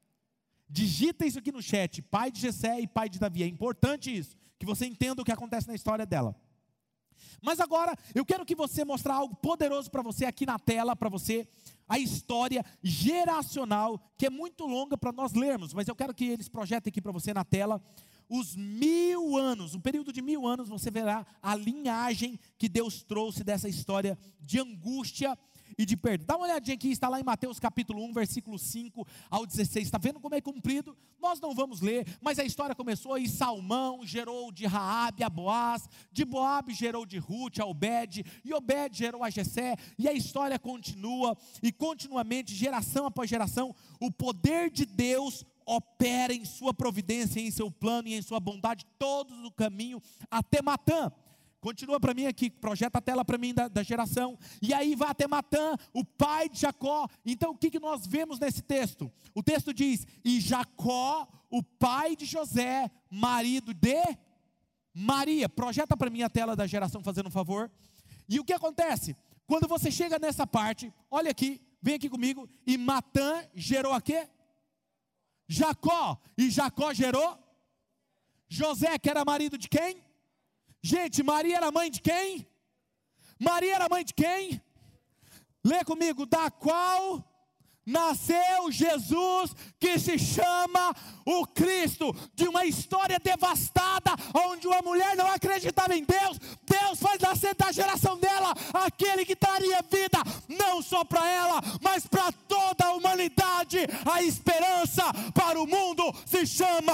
Digita isso aqui no chat: pai de Jessé e pai de Davi. É importante isso, que você entenda o que acontece na história dela. Mas agora, eu quero que você mostre algo poderoso para você aqui na tela, para você, a história geracional, que é muito longa para nós lermos, mas eu quero que eles projetem aqui para você na tela, os mil anos, um período de mil anos, você verá a linhagem que Deus trouxe dessa história de angústia e de perda. Dá uma olhadinha aqui, está lá em Mateus capítulo um, versículo cinco ao dezesseis, está vendo como é cumprido? Nós não vamos ler, mas a história começou e Salmão gerou de Raabe a Boaz, de Boabe gerou de Ruth a Obed, e Obed gerou a Jessé, e a história continua, e continuamente, geração após geração, o poder de Deus opera em sua providência, em seu plano e em sua bondade, todos o caminho até Matã. Continua para mim aqui, projeta a tela para mim da, da geração. E aí vai até Matã, o pai de Jacó. Então o que, que nós vemos nesse texto? O texto diz: e Jacó, o pai de José, marido de Maria. Projeta para mim a tela da geração, fazendo um favor. E o que acontece? Quando você chega nessa parte, olha aqui, vem aqui comigo. E Matã gerou a quê? Jacó. E Jacó gerou José, que era marido de quem? Gente, Maria era mãe de quem? Maria era mãe de quem? Lê comigo: da qual nasceu Jesus, que se chama o Cristo. De uma história devastada, onde uma mulher não acreditava em Deus, Deus faz nascer da geração dela aquele que daria vida, não só para ela, mas para toda a humanidade. A esperança para o mundo se chama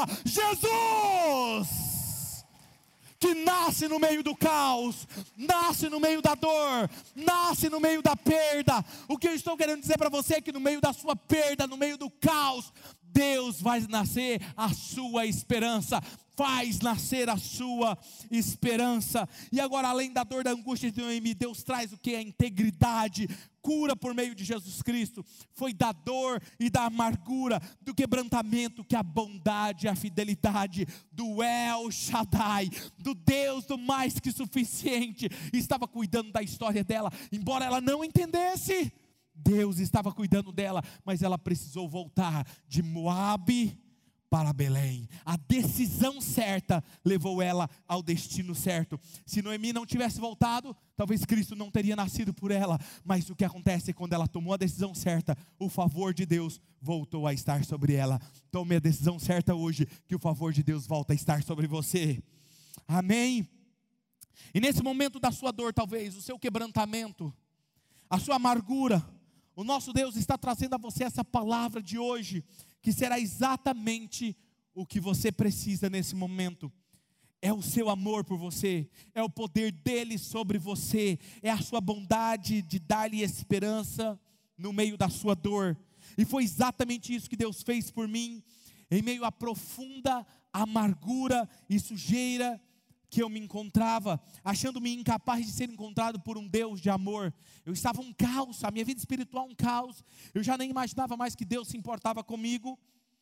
Jesus, que nasce no meio do caos, nasce no meio da dor, nasce no meio da perda. O que eu estou querendo dizer para você é que no meio da sua perda, no meio do caos, Deus vai nascer a sua esperança, faz nascer a sua esperança. E agora, além da dor, da angústia de Noemi, Deus traz o que? A integridade, cura por meio de Jesus Cristo. Foi da dor e da amargura, do quebrantamento, que a bondade e a fidelidade do El Shaddai, do Deus do mais que suficiente, estava cuidando da história dela. Embora ela não entendesse, Deus estava cuidando dela, mas ela precisou voltar de Moabe para Belém. A decisão certa levou ela ao destino certo. Se Noemi não tivesse voltado, talvez Cristo não teria nascido por ela. Mas o que acontece é quando ela tomou a decisão certa, o favor de Deus voltou a estar sobre ela. Tome a decisão certa hoje, que o favor de Deus volta a estar sobre você. Amém? E nesse momento da sua dor, talvez, o seu quebrantamento, a sua amargura, o nosso Deus está trazendo a você essa palavra de hoje, que será exatamente o que você precisa nesse momento. É o seu amor por você, é o poder dele sobre você, é a sua bondade de dar-lhe esperança no meio da sua dor. E foi exatamente isso que Deus fez por mim, em meio à profunda amargura e sujeira que eu me encontrava, achando-me incapaz de ser encontrado por um Deus de amor. Eu estava um caos, a minha vida espiritual um caos. Eu já nem imaginava mais que Deus se importava comigo.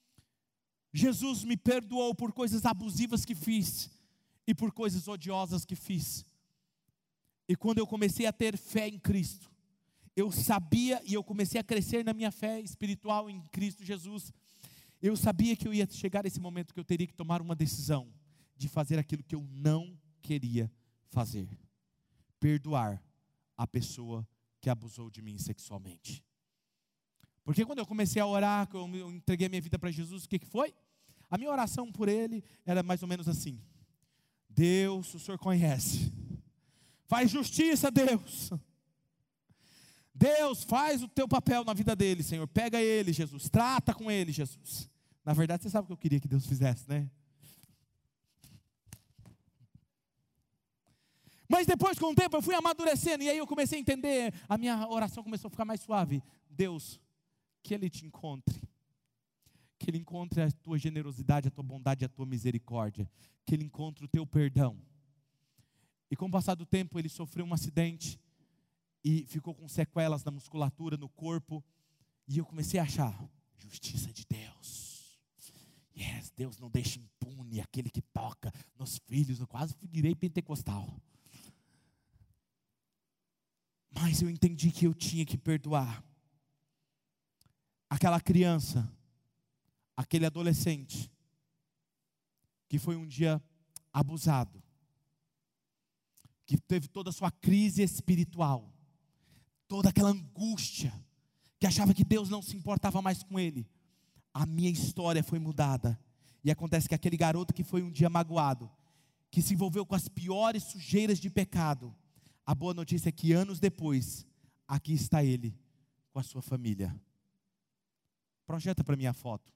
Jesus me perdoou por coisas abusivas que fiz e por coisas odiosas que fiz. E quando eu comecei a ter fé em Cristo, eu sabia, e eu comecei a crescer na minha fé espiritual em Cristo Jesus, eu sabia que eu ia chegar a esse momento que eu teria que tomar uma decisão de fazer aquilo que eu não queria fazer: perdoar a pessoa que abusou de mim sexualmente. Porque quando eu comecei a orar, quando eu entreguei a minha vida para Jesus, o que, que foi? A minha oração por ele era mais ou menos assim: Deus, o Senhor conhece, faz justiça, Deus. Deus, faz o teu papel na vida dele, Senhor. Pega ele, Jesus, trata com ele, Jesus. Na verdade, você sabe o que eu queria que Deus fizesse, né? Mas depois, com o tempo, eu fui amadurecendo, e aí eu comecei a entender, a minha oração começou a ficar mais suave. Deus, que Ele te encontre, que Ele encontre a tua generosidade, a tua bondade, a tua misericórdia, que Ele encontre o teu perdão. E com o passar do tempo, ele sofreu um acidente, e ficou com sequelas na musculatura, no corpo, e eu comecei a achar: justiça de Deus, yes, Deus não deixa impune aquele que toca nos filhos. Eu quase virei pentecostal. Mas eu entendi que eu tinha que perdoar aquela criança, aquele adolescente, que foi um dia abusado, que teve toda a sua crise espiritual, toda aquela angústia, que achava que Deus não se importava mais com ele. A minha história foi mudada, e acontece que aquele garoto que foi um dia magoado, que se envolveu com as piores sujeiras de pecado, a boa notícia é que anos depois, aqui está ele, com a sua família. Projeta para mim a foto.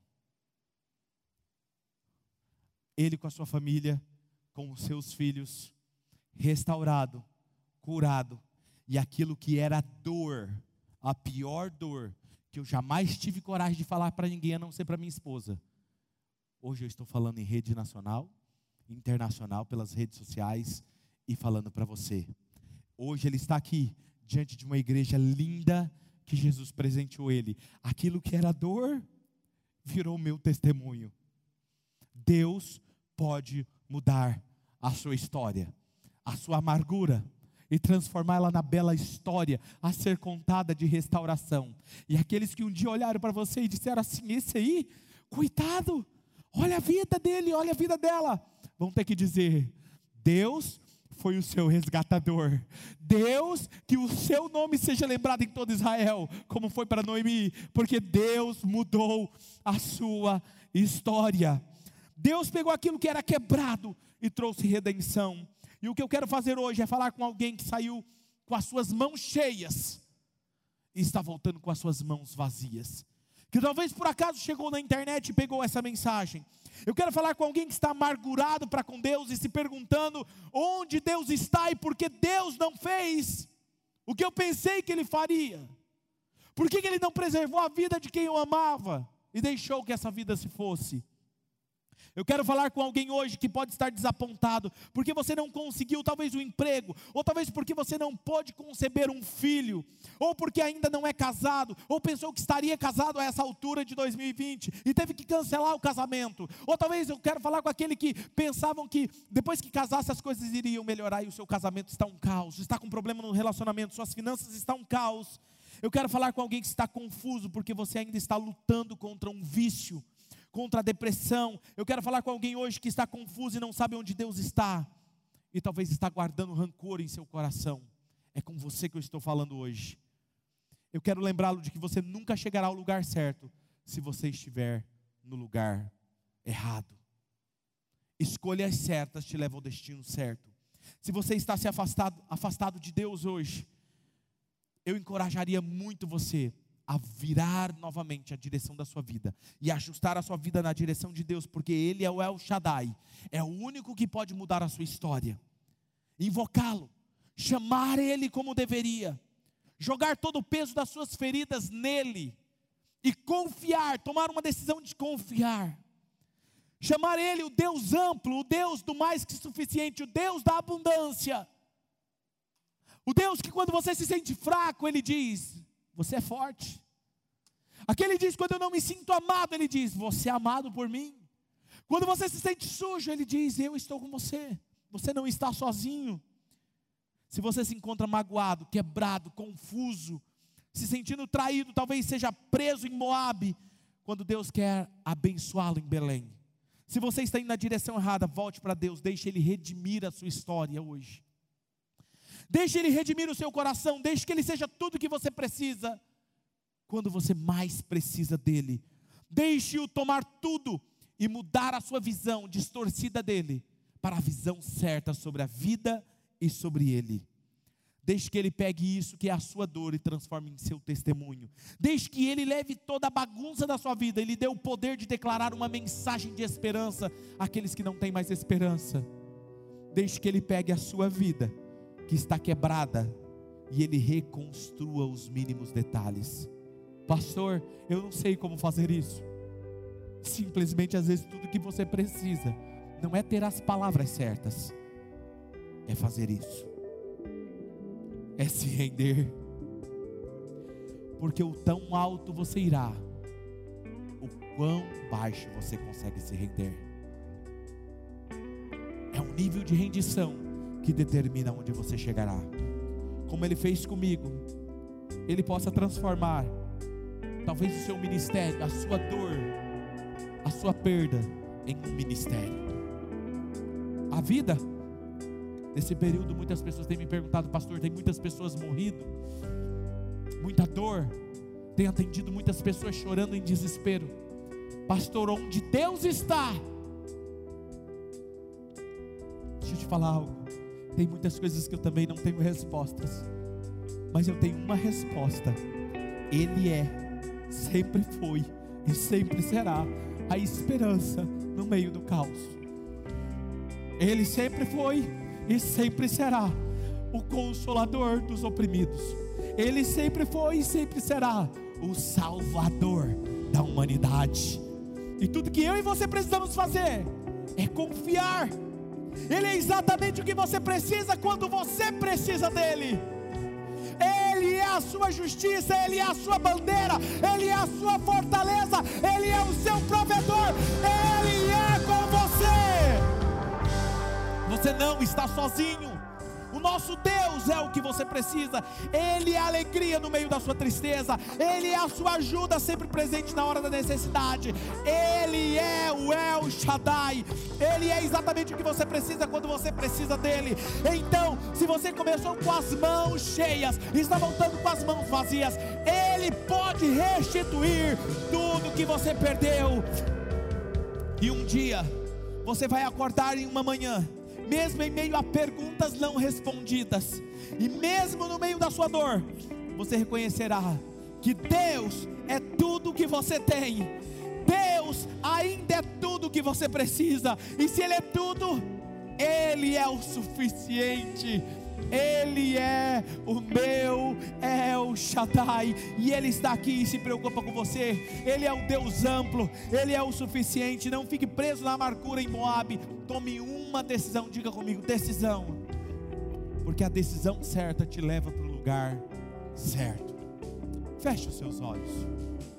Ele com a sua família, com os seus filhos, restaurado, curado. E aquilo que era dor, a pior dor, que eu jamais tive coragem de falar para ninguém, a não ser para minha esposa. Hoje eu estou falando em rede nacional, internacional, pelas redes sociais, e falando para você. Hoje ele está aqui, diante de uma igreja linda, que Jesus presenteou ele. Aquilo que era dor, virou meu testemunho. Deus pode mudar a sua história, a sua amargura, e transformá-la na bela história a ser contada de restauração. E aqueles que um dia olharam para você e disseram assim: esse aí, coitado, olha a vida dele, olha a vida dela, vão ter que dizer: Deus foi o seu resgatador. Deus, que o seu nome seja lembrado em todo Israel, como foi para Noemi, porque Deus mudou a sua história. Deus pegou aquilo que era quebrado e trouxe redenção. E o que eu quero fazer hoje é falar com alguém que saiu com as suas mãos cheias e está voltando com as suas mãos vazias, que talvez por acaso chegou na internet e pegou essa mensagem. Eu quero falar com alguém que está amargurado para com Deus e se perguntando onde Deus está e por que Deus não fez o que eu pensei que Ele faria. Por que que Ele não preservou a vida de quem eu amava? e deixou que essa vida se fosse. Eu quero falar com alguém hoje que pode estar desapontado, porque você não conseguiu talvez um emprego, ou talvez porque você não pôde conceber um filho, ou porque ainda não é casado, ou pensou que estaria casado a essa altura de dois mil e vinte, e teve que cancelar o casamento. Ou talvez eu quero falar com aquele que pensavam que depois que casasse as coisas iriam melhorar, e o seu casamento está um caos, está com problema no relacionamento, suas finanças estão um caos. Eu quero falar com alguém que está confuso, porque você ainda está lutando contra um vício, contra a depressão. Eu quero falar com alguém hoje que está confuso e não sabe onde Deus está, e talvez está guardando rancor em seu coração. É com você que eu estou falando hoje. Eu quero lembrá-lo de que você nunca chegará ao lugar certo, se você estiver no lugar errado. Escolhas certas te levam ao destino certo. Se você está se afastado, afastado de Deus hoje, eu encorajaria muito você a virar novamente a direção da sua vida, e ajustar a sua vida na direção de Deus, porque Ele é o El Shaddai, é o único que pode mudar a sua história. Invocá-lo, chamar Ele como deveria, jogar todo o peso das suas feridas nele, e confiar, tomar uma decisão de confiar, chamar Ele o Deus amplo, o Deus do mais que suficiente, o Deus da abundância, o Deus que quando você se sente fraco, Ele diz: você é forte. Aquele diz: quando eu não me sinto amado, Ele diz: você é amado por mim. Quando você se sente sujo, Ele diz: eu estou com você, você não está sozinho. Se você se encontra magoado, quebrado, confuso, se sentindo traído, talvez seja preso em Moabe, quando Deus quer abençoá-lo em Belém. Se você está indo na direção errada, volte para Deus, deixe Ele redimir a sua história hoje. Deixe Ele redimir o seu coração, deixe que Ele seja tudo que você precisa, quando você mais precisa dEle. Deixe-o tomar tudo e mudar a sua visão distorcida dEle, para a visão certa sobre a vida e sobre Ele. Deixe que Ele pegue isso que é a sua dor e transforme em seu testemunho. Deixe que Ele leve toda a bagunça da sua vida e lhe dê o poder de declarar uma mensagem de esperança àqueles que não têm mais esperança. Deixe que Ele pegue a sua vida, que está quebrada, e Ele reconstrua os mínimos detalhes. Pastor, eu não sei como fazer isso. Simplesmente, às vezes, tudo que você precisa não é ter as palavras certas, é fazer isso, é se render, porque o tão alto você irá, o quão baixo você consegue se render. É um nível de rendição que determina onde você chegará. Como Ele fez comigo, Ele possa transformar talvez o seu ministério, a sua dor, a sua perda, em um ministério. A vida, nesse período, muitas pessoas têm me perguntado: pastor, tem muitas pessoas morrido, muita dor, tem atendido muitas pessoas chorando em desespero. Pastor, onde Deus está? Deixa eu te falar algo. Tem muitas coisas que eu também não tenho respostas, mas eu tenho uma resposta: Ele é, sempre foi e sempre será a esperança no meio do caos. Ele sempre foi e sempre será o consolador dos oprimidos. Ele sempre foi e sempre será o salvador da humanidade. E tudo que eu e você precisamos fazer é confiar. Ele é exatamente o que você precisa quando você precisa dEle. Ele é a sua justiça, Ele é a sua bandeira, Ele é a sua fortaleza, Ele é o seu provedor, Ele é com você. Você não está sozinho. O nosso Deus é o que você precisa. Ele é a alegria no meio da sua tristeza. Ele é a sua ajuda sempre presente na hora da necessidade. Ele é o El Shaddai. Ele é exatamente o que você precisa quando você precisa dele. Então, se você começou com as mãos cheias e está voltando com as mãos vazias, Ele pode restituir tudo que você perdeu. E um dia você vai acordar em uma manhã, mesmo em meio a perguntas não respondidas, e mesmo no meio da sua dor, você reconhecerá que Deus é tudo que você tem. Deus ainda é tudo que você precisa. E se Ele é tudo, Ele é o suficiente. Ele é o meu El Shaddai, e Ele está aqui e se preocupa com você. Ele é o Deus amplo, Ele é o suficiente. Não fique preso na amargura em Moabe. Tome uma decisão, diga comigo, decisão, porque a decisão certa te leva para o lugar certo. Feche os seus olhos.